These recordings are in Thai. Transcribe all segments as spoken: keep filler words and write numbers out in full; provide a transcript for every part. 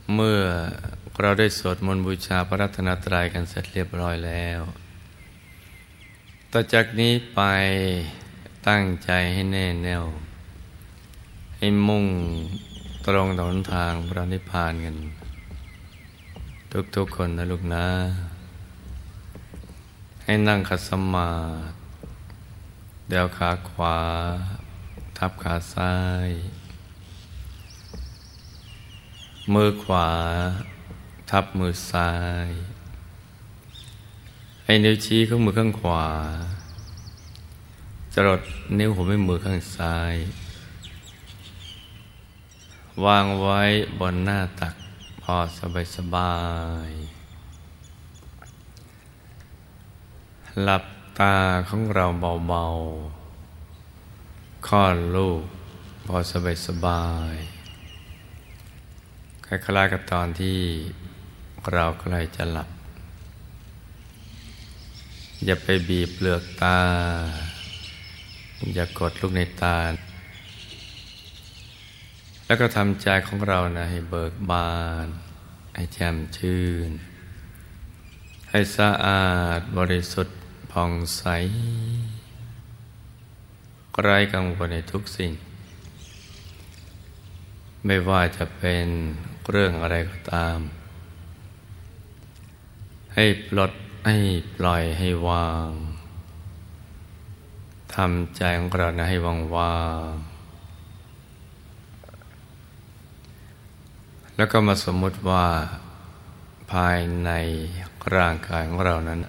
เมื่อเราได้สวดมนต์บูชาพระรัตนตรัยกันเสร็จเรียบร้อยแล้วต่อจากนี้ไปตั้งใจให้แน่แน่วให้มุ่งตรงต่อหนทางพระนิพพานกันทุกๆคนนะลูกนะให้นั่งขัดสมาธิเดี่ยวขาขวาทับขาซ้ายมือขวาทับมือซ้ายให้นิ้วชี้ของมือข้างขวาจรดนิ้วหัวแม่มือข้างซ้ายวางไว้บนหน้าตักพอสบายสบายหลับตาของเราเบาๆคลอดลูกพอสบายสบายคล้ายๆกับตอนที่เราใกล้จะหลับอย่าไปบีบเปลือกตาอย่ากดลูกในตาแล้วก็ทำใจของเรานะให้เบิกบานให้แจ่มชื่นให้สะอาดบริสุทธิ์ผ่องใสไร้กังวลในทุกสิ่งไม่ว่าจะเป็นเรื่องอะไรก็ตามให้ปลดให้ปล่อยให้วางทำใจของเรานะให้ว่างๆแล้วก็มาสมมุติว่าภายในร่างกายของเรานั้น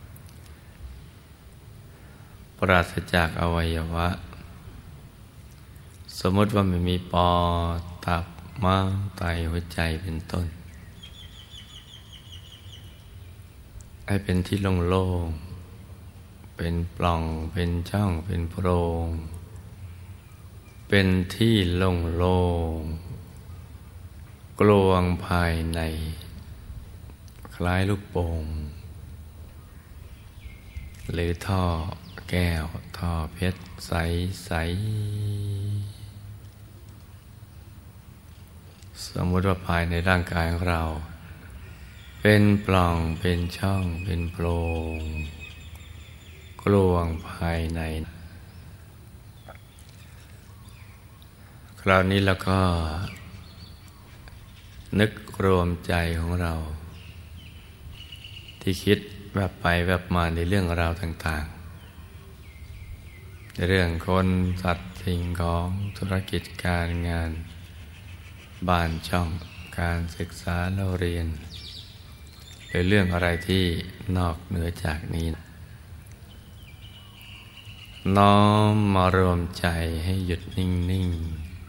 ปราศจากอวัยวะสมมติว่าไม่มีปอดตับม้ามไตหัวใจเป็นต้นให้เป็นที่โล่งๆเป็นปล่องเป็นช่องเป็นโพรงเป็นที่โล่งๆกลวงภายในคล้ายลูกโป่งหรือท่อแก้วท่อเพชรใสๆสมมติว่าภายในร่างกายของเราเป็นปล่องเป็นช่องเป็นโพรงกลวงภายในคราวนี้เราก็นึกรวมใจของเราที่คิดแวบไปแวบมาในเรื่องราวต่างๆในเรื่องคนสัตว์สิ่งของธุรกิจการงานบ้านช่องการศึกษาเราเรียนหรือเรื่องอะไรที่นอกเหนือจากนี้น้อมมารวมใจให้หยุดนิ่ง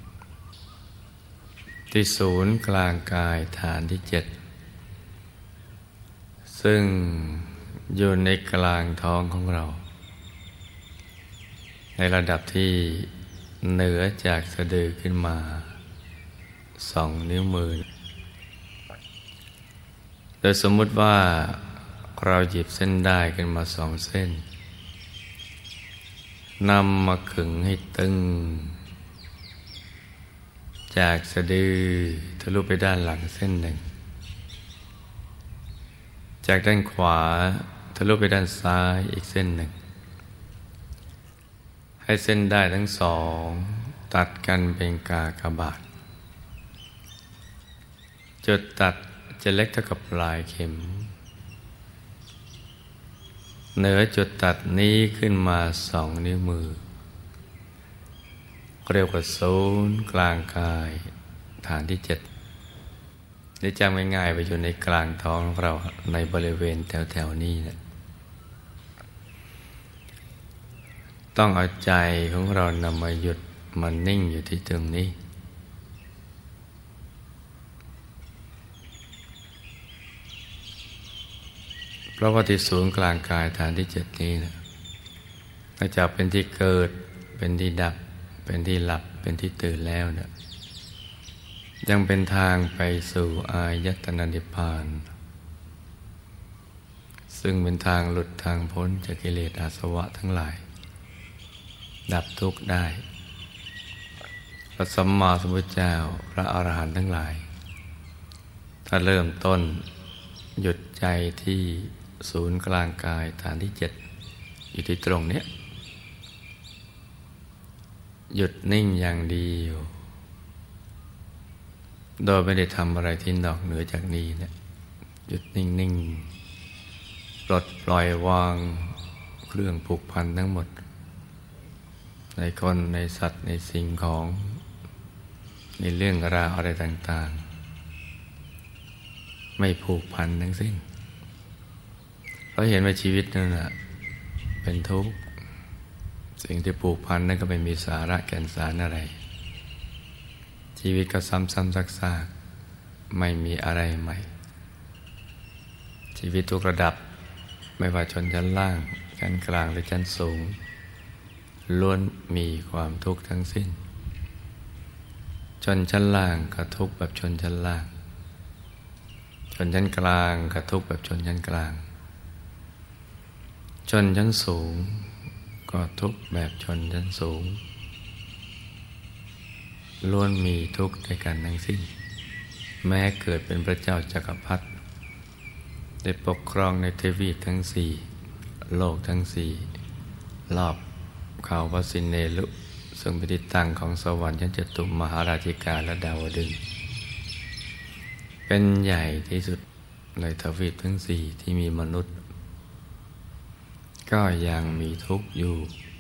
ๆที่ศูนย์กลางกายฐานที่เจ็ดซึ่งอยู่ในกลางท้องของเราในระดับที่เหนือจากสะดือขึ้นมาสองนิ้วมือโดยสมมุติว่าเราหยิบเส้นได้ขึ้นมาสองเส้นนำมาขึงให้ตึงจากสะดือทะลุไปด้านหลังเส้นหนึ่งจากด้านขวาทะลุไปด้านซ้ายอีกเส้นหนึ่งให้เส้นได้ทั้งสองตัดกันเป็นกากบาทจุดตัดจะเล็กเท่ากับปลายเข็มเหนือจุดตัดนี้ขึ้นมาสองนิ้วมือเรียกว่าศูนย์กลางกายฐานที่เจ็ดได้จำง่ายๆไปอยู่ในกลางท้องของเราในบริเวณแถวๆนี้นะต้องเอาใจของเรานำมาหยุดมันนิ่งอยู่ที่ตรงนี้เพราะว่าที่ศูนย์กลางกายฐานที่เจ็ดนี้นะนอกจากเป็นที่เกิดเป็นที่ดับเป็นที่หลับเป็นที่ตื่นแล้วนะยังเป็นทางไปสู่อายตนะนิพพานซึ่งเป็นทางหลุดทางพ้นจากกิเลสอาสวะทั้งหลายดับทุกข์ได้พระสัมมาสัมพุทธเจ้าพระอรหันต์ทั้งหลายถ้าเริ่มต้นหยุดใจที่ศูนย์กลางกายฐานที่เจ็ดอยู่ที่ตรงเนี้ยหยุดนิ่งอย่างเดียวโดยไม่ได้ทำอะไรที่นอกเหนือจากนี้เนี่ยหยุดนิ่งนิ่งปลดปล่อยวางเครื่องผูกพันทั้งหมดในคนในสัตว์ในสิ่งของในเรื่องราวอะไรต่างๆไม่ผูกพันทั้งสิ้นเพราะเห็นว่าชีวิตนั่นแหละเป็นทุกข์สิ่งที่ผูกพันนั่นก็ไม่มีสาระแก่นสารอะไรชีวิตก็ซ้ำๆซากๆไม่มีอะไรใหม่ชีวิตทุกระดับไม่ว่าชนชั้นล่างชั้นกลางหรือชั้นสูงล้วนมีความทุกข์ทั้งสิ้นชนชั้นล่างก็ทุกข์แบบชนชั้นล่างชนชั้นกลางก็ทุกข์แบบชนชั้นกลางชนชั้นสูงก็ทุกข์แบบชนชั้นสูงล้วนมีทุกข์ด้วยกันทั้งสิ้นแม้เกิดเป็นพระเจ้าจักรพรรดิได้ปกครองในเทวีปทั้งสี่โลกทั้งสี่รอบเขาวสินเนลุซึ่งเป็นที่ตั้งของสวรรค์ชั้นจตุมหาราชิกาและดาวดึงส์เป็นใหญ่ที่สุดในทวีปทั้งสี่ที่มีมนุษย์ก็ยังมีทุกข์อยู่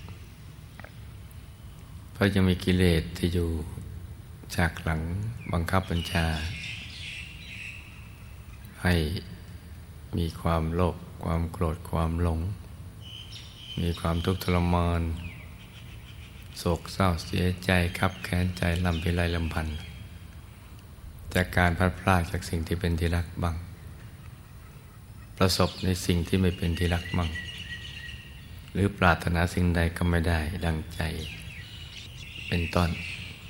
เพราะยังมีกิเลสที่อยู่ฉากหลังบังคับบัญชาให้มีความโลภความโกรธความหลงมีความทุกข์ทรมานโศกเศร้าเสียใจคับแค้นใจลำพิไรลำพันธ์จากการพลัดพรากจากสิ่งที่เป็นที่รักบ้างประสบในสิ่งที่ไม่เป็นที่รักบ้างหรือปรารถนาสิ่งใดก็ไม่ได้ดังใจเป็นต้น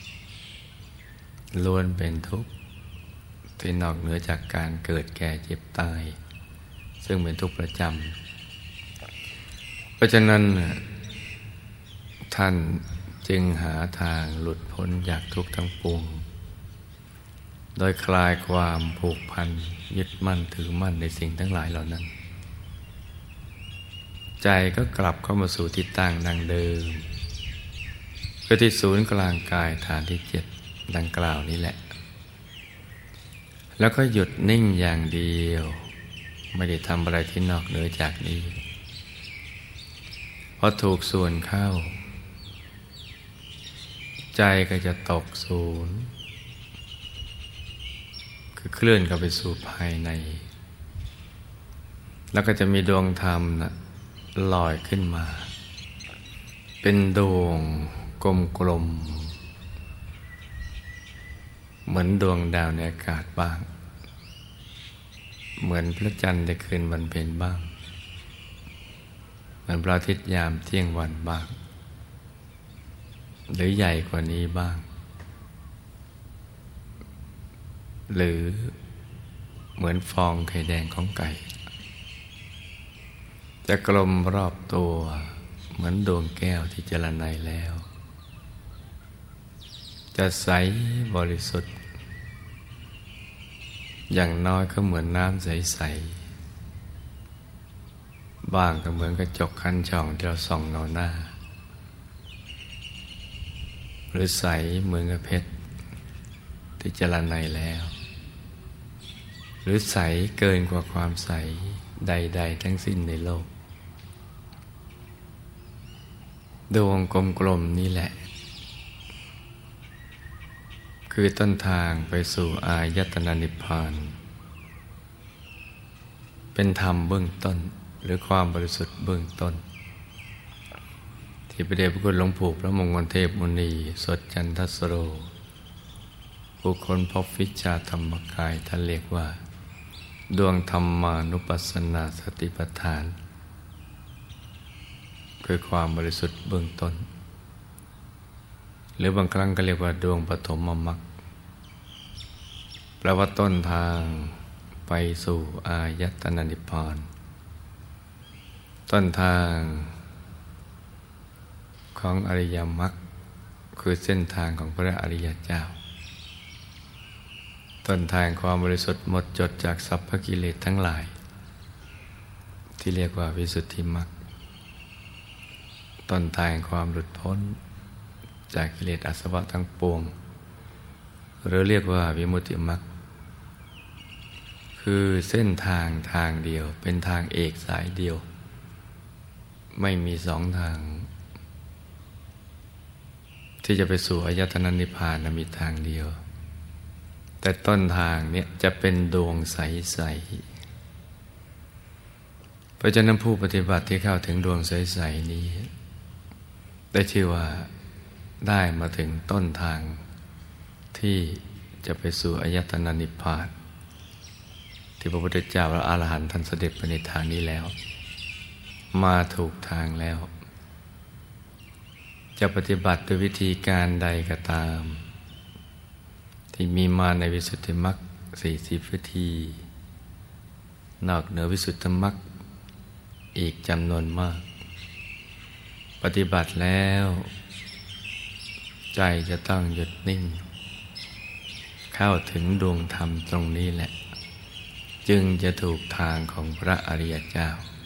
ล้วนเป็นทุกข์ที่นอกเหนือจากการเกิดแก่เจ็บตายซึ่งเป็นทุกข์ประจำเพราะฉะนั้นท่านจึงหาทางหลุดพ้นจากทุกข์ทั้งปวงโดยคลายความผูกพันยึดมั่นถือมั่นในสิ่งทั้งหลายเหล่านั้นใจก็กลับเข้ามาสู่ที่ตั้งดังเดิมคือที่ศูนย์กลางกายฐานที่เจ็ดดังกล่าวนี้แหละแล้วก็หยุดนิ่งอย่างเดียวไม่ได้ทำอะไรที่นอกเหนือจากนี้พอถูกส่วนเข้าใจก็จะตกศูนย์คือเคลื่อนเข้าไปสู่ภายในแล้วก็จะมีดวงธรรมนะลอยขึ้นมาเป็นดวงกลมๆเหมือนดวงดาวในอากาศบ้างเหมือนพระจันทร์ในคืนวันเพ็ญบ้างเหมือนพระอาทิตย์ยามเที่ยงวันบ้างหรือใหญ่กว่านี้บ้างหรือเหมือนฟองไข่แดงของไก่จะกลมรอบตัวเหมือนดวงแก้วที่เจรไนแล้วจะใสบริสุทธิ์อย่างน้อยก็เหมือนน้ำใสๆบ้างก็เหมือนกระจกคันช่องที่เราส่องเงาหน้าหรือใสเหมือนกับเพชรที่เจรไนแล้วหรือใสเกินกว่าความใสใดๆทั้งสิ้นในโลกดวงกลมๆนี่แหละคือต้นทางไปสู่อายตนะนิพพานเป็นธรรมเบื้องต้นหรือความบริสุทธิ์เบื้องต้นที่พระเดชพระคุณหลวงปู่พระมงคลเทพมุนีสดจันทสโรผู้คนพบวิชาธรรมกายท่านเรียกว่าดวงธรรมานุปัสสนาสติปัฏฐานคือความบริสุทธิ์เบื้องต้นหรือบางครั้งก็เรียกว่าดวงปฐมมรรคแปลว่าต้นทางไปสู่อายตนะนิพพานต้นทางของอริยมรรคคือเส้นทางของพระอริยเจ้าตต้นทางความบริสุทธิ์หมดจดจากสัพพกิเลสทั้งหลายที่เรียกว่าวิสุทธิมรรคต้นทางความหลุดพ้นจากกิเลสอาสวะทั้งปวงหรือเรียกว่าวิมุตติมรรคคือเส้นทางทางเดียวเป็นทางเอกสายเดียวไม่มีสองทางที่จะไปสู่อายตนะนิพพานนะมีทางเดียวแต่ต้นทางเนี่ยจะเป็นดวงใสๆเพราะฉะนั้นผู้ปฏิบัติที่เข้าถึงดวงใสๆนี้ได้ชื่อว่าได้มาถึงต้นทางที่จะไปสู่อายตนะนิพพานที่พระพุทธเจ้าและอรหันต์ท่านเสด็จไปในทางนี้แล้วมาถูกทางแล้วจะปฏิบัติด้วยวิธีการใดก็ตามที่มีมาในวิสุทธิมรรคสี่สิบวิธีนอกเหนือวิสุทธิมรรคอีกจำนวนมากปฏิบัติแล้วใจจะต้องหยุดนิ่งเข้าถึงดวงธรรมตรงนี้แหละจึงจะถูกทางของพระอริยเจ้า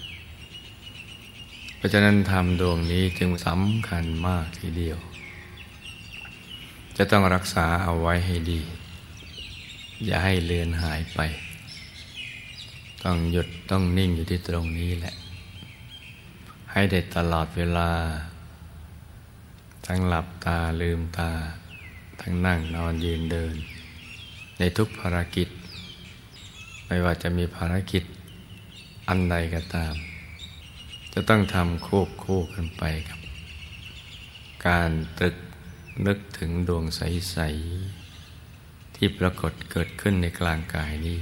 เพราะฉะนั้นธรรมดวงนี้จึงสำคัญมากทีเดียวจะต้องรักษาเอาไว้ให้ดีอย่าให้เลือนหายไปต้องหยุดต้องนิ่งอยู่ที่ตรงนี้แหละให้ได้ตลอดเวลาทั้งหลับตาลืมตาทั้งนั่งนอนยืนเดินในทุกภารกิจไม่ว่าจะมีภารกิจอันใดก็ตามจะต้องทำควบคู่กันไปกับการตรึกนึกถึงดวงใสๆที่ปรากฏเกิดขึ้นในกลางกายนี้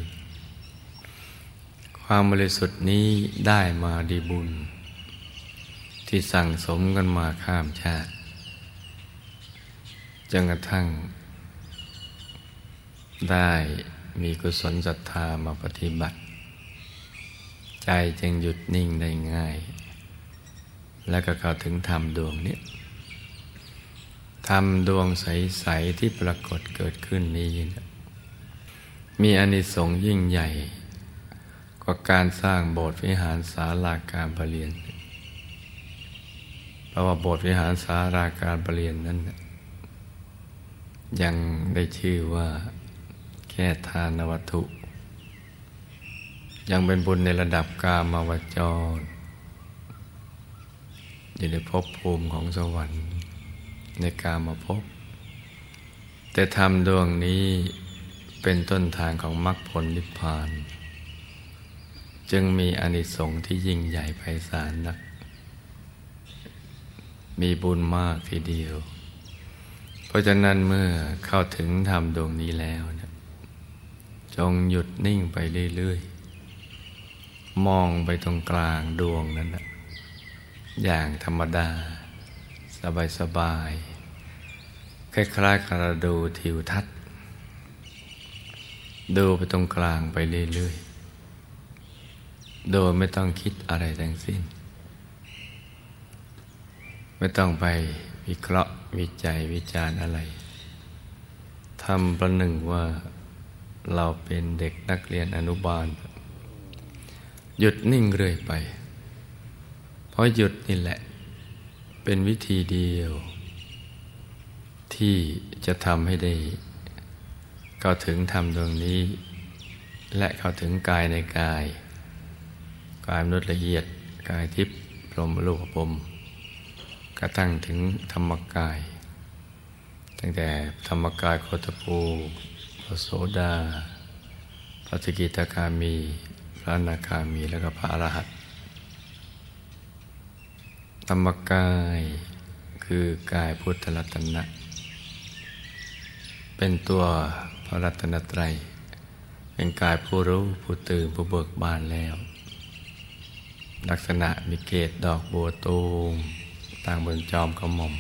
ความบริสุทธิ์นี้ได้มาดีบุญที่สั่งสมกันมาข้ามชาติจนกระทั่งได้มีกุศลศรัทธามาปฏิบัติใจจึงหยุดนิ่งได้ง่ายและก็เข้าถึงธรรมดวงนี้ธรรมดวงใสๆที่ปรากฏเกิดขึ้นนี้มีอานิสงส์ยิ่งใหญ่กว่าการสร้างโบสถ์วิหารศาลาการประเรียนเพราะว่าโบสถ์วิหารศาลาการประเรียนนั้นยังได้ชื่อว่าแค่ทานวัตถุยังเป็นบุญในระดับกามวจรอยู่ในภพภูมิของสวรรค์ในกามภพแต่ธรรมดวงนี้เป็นต้นทางของมรรคผลนิพพานจึงมีอานิสงส์ที่ยิ่งใหญ่ไพศาลนักมีบุญมากทีเดียวเพราะฉะนั้นเมื่อเข้าถึงธรรมดวงนี้แล้วเนี่ยจงหยุดนิ่งไปเรื่อยๆมองไปตรงกลางดวงนั้นนะอย่างธรรมดาสบายๆคล้ายๆกับเราดูทิวทัศน์ดูไปตรงกลางไปเรื่อยๆโดยไม่ต้องคิดอะไรทั้งสิ้นไม่ต้องไปวิเคราะห์วิจัยวิจารณ์อะไรทำประหนึ่งว่าเราเป็นเด็กนักเรียนอนุบาลหยุดนิ่งเรื่อยไปเพราะหยุดนี่แหละเป็นวิธีเดียวที่จะทำให้ได้เข้าถึงธรรมดวงนี้และเข้าถึงกายในกายกายมนุษย์ละเอียดกายทิพย์พรหมโลกภพกระทั่งถึงธรรมกายตั้งแต่ธรรมกายโคตภูพระโสดาพระสกิทาคามีพระอนาคามีแล้วก็พระอรหันต์ธรรมกายคือกายพุทธรัตนะเป็นตัวพระรัตนตรัยเป็นกายผู้รู้ผู้ตื่นผู้เบิกบานแล้วลักษณะมีเกศดอกบัวตูมตั้งบนจอมกระหม่อม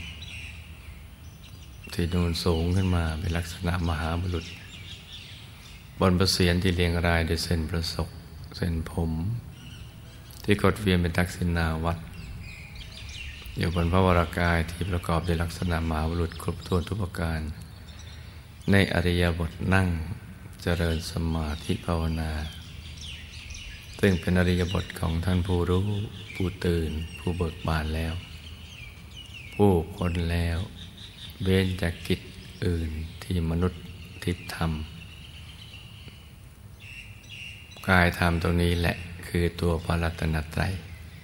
ที่นูนสูงขึ้นมาเป็นลักษณะมหาบุรุษบนประเสียรที่เรียงรายด้วยเส้นประศกเส้นผมที่กดเวียนเป็นทักษิณาวัตรอยู่บนพระวรากายที่ประกอบด้วยลักษณะมหาบุรุษครบถ้วนทุกประการในอริยบทนั่งเจริญสมาธิภาวนาซึ่งเป็นอริยบทของท่านผู้รู้ผู้ตื่นผู้เบิกบานแล้วผู้พ้นแล้วเว้นจากกิจอื่นที่มนุษย์ทิพย์ทำกายธรรมตรงนี้แหละคือตัวพระรัตนตรัย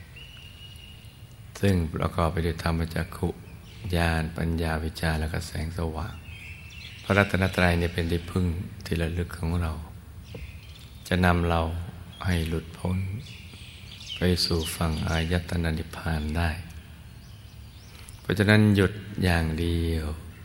ซึ่งประกอบไปด้วยธรรมจักขุญาณปัญญาวิชาและก็แสงสว่างพระรัตนตรัยเนี่ยเป็นที่พึ่งที่ระลึกของเราจะนำเราให้หลุดพ้นไปสู่ฝั่งอายตนะนิพพานได้เพราะฉะนั้นหยุดอย่างเดียว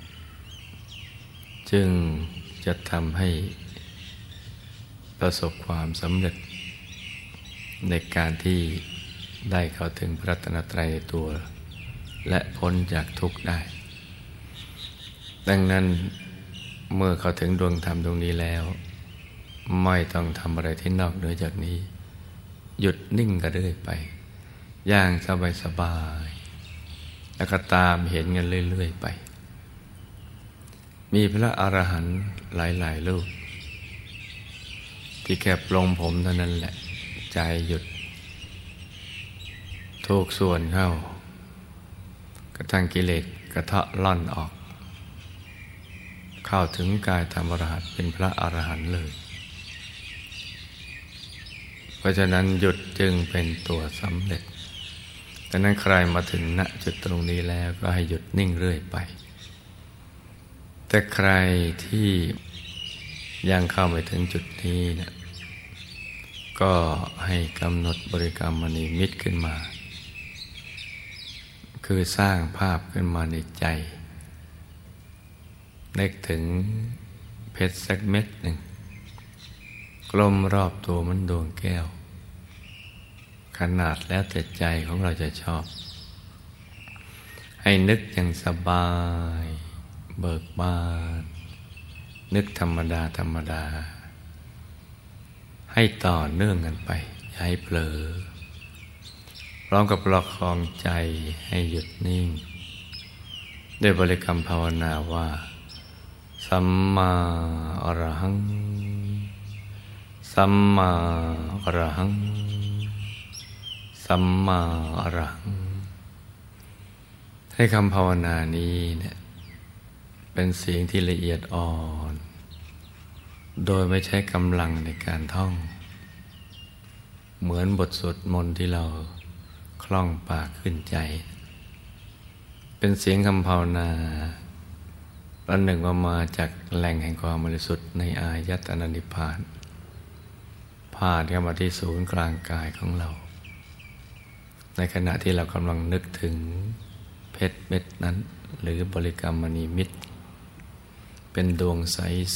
จึงจะทำให้ประสบความสำเร็จในการที่ได้เข้าถึงพระรัตนตรัยในตัวและพ้นจากทุกข์ได้ดังนั้นเมื่อเข้าถึงดวงธรรมดวงนี้แล้วไม่ต้องทำอะไรที่นอกเหนือจากนี้หยุดนิ่งก็เรื่อยไปอย่างสบายๆแล้วก็ตามเห็นกันเรื่อยๆไปมีพระอรหันต์หลายๆรูปที่แค่ปลงผมเท่านั้นแหละใจหยุดทุกส่วนเข้ากระทั่งกิเลสกระเทาะล่อนออกเข้าถึงกายธรรมอรหันต์เป็นพระอรหันต์เลยเพราะฉะนั้นหยุดจึงเป็นตัวสำเร็จดังนั้นใครมาถึงณจุดตรงนี้แล้วก็ให้หยุดนิ่งเรื่อยไปแต่ใครที่ยังเข้าไม่ถึงจุดนี้นะก็ให้กำหนดบริกรรมมณีมิตรขึ้นมาคือสร้างภาพขึ้นมาในใจนึกถึงเพชรสักเม็ดหนึ่งกลมรอบตัวมันดวงแก้วขนาดแล้วแต่ใจของเราจะชอบให้นึกอย่างสบายเบิกบานนึกธรรมดาธรรมดาให้ต่อเนื่องกันไปอย่าให้เผลอพร้อมกับประคองใจให้หยุดนิ่งด้วยบริกรรมภาวนาว่าสัมมาอรหังสัมมาอรหังสัมมาอรหังให้คำภาวนานี้เนี่ยเป็นเสียงที่ละเอียดอ่อนโดยไม่ใช้กำลังในการท่องเหมือนบทสวดมนต์ที่เราคล่องปากขึ้นใจเป็นเสียงคำภาวนาประหนึ่งว่ามาจากแหล่งแห่งความบริสุทธิ์ในอายตนะนิพพานผ่านเข้ามาที่ศูนย์กลางกายของเราในขณะที่เรากำลังนึกถึงเพชรเม็ดนั้นหรือบริกรรมมณีมิตรเป็นดวงใส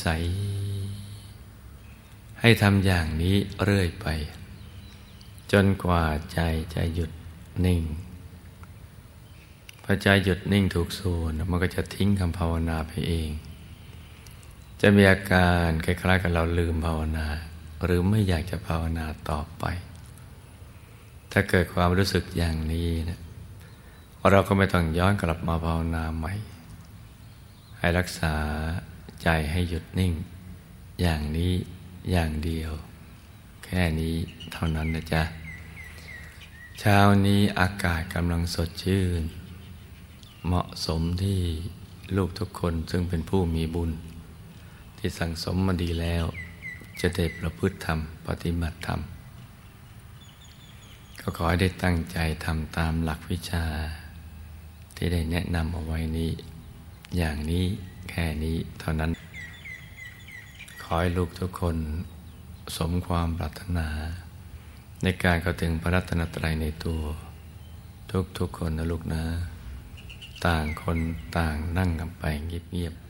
ๆให้ทำอย่างนี้เรื่อยไปจนกว่าใจจะหยุดนิ่งพอใจหยุดนิ่งถูกส่วนมันก็จะทิ้งคำภาวนาไปเองจะมีอาการคล้ายๆกับเราลืมภาวนาหรือไม่อยากจะภาวนาต่อไปถ้าเกิดความรู้สึกอย่างนี้นะเราก็ไม่ต้องย้อนกลับมาภาวนาใหม่ให้รักษาใจให้หยุดนิ่งอย่างนี้อย่างเดียวแค่นี้เท่านั้นนะจ๊ะเช้านี้อากาศกำลังสดชื่นเหมาะสมที่ลูกทุกคนซึ่งเป็นผู้มีบุญที่สั่งสมมาดีแล้วจะได้ประพฤติธรรมปฏิบัติธรรมก็ขอให้ได้ตั้งใจทำตามหลักวิชาที่ได้แนะนำเอาไว้นี้อย่างนี้แค่นี้เท่านั้นขอให้ลูกทุกคนสมความปรารถนาในการเข้าถึงพระรัตนตรัยในตัวทุกๆคนนะลูกนะต่างคนต่างนั่งกันไปเงียบๆ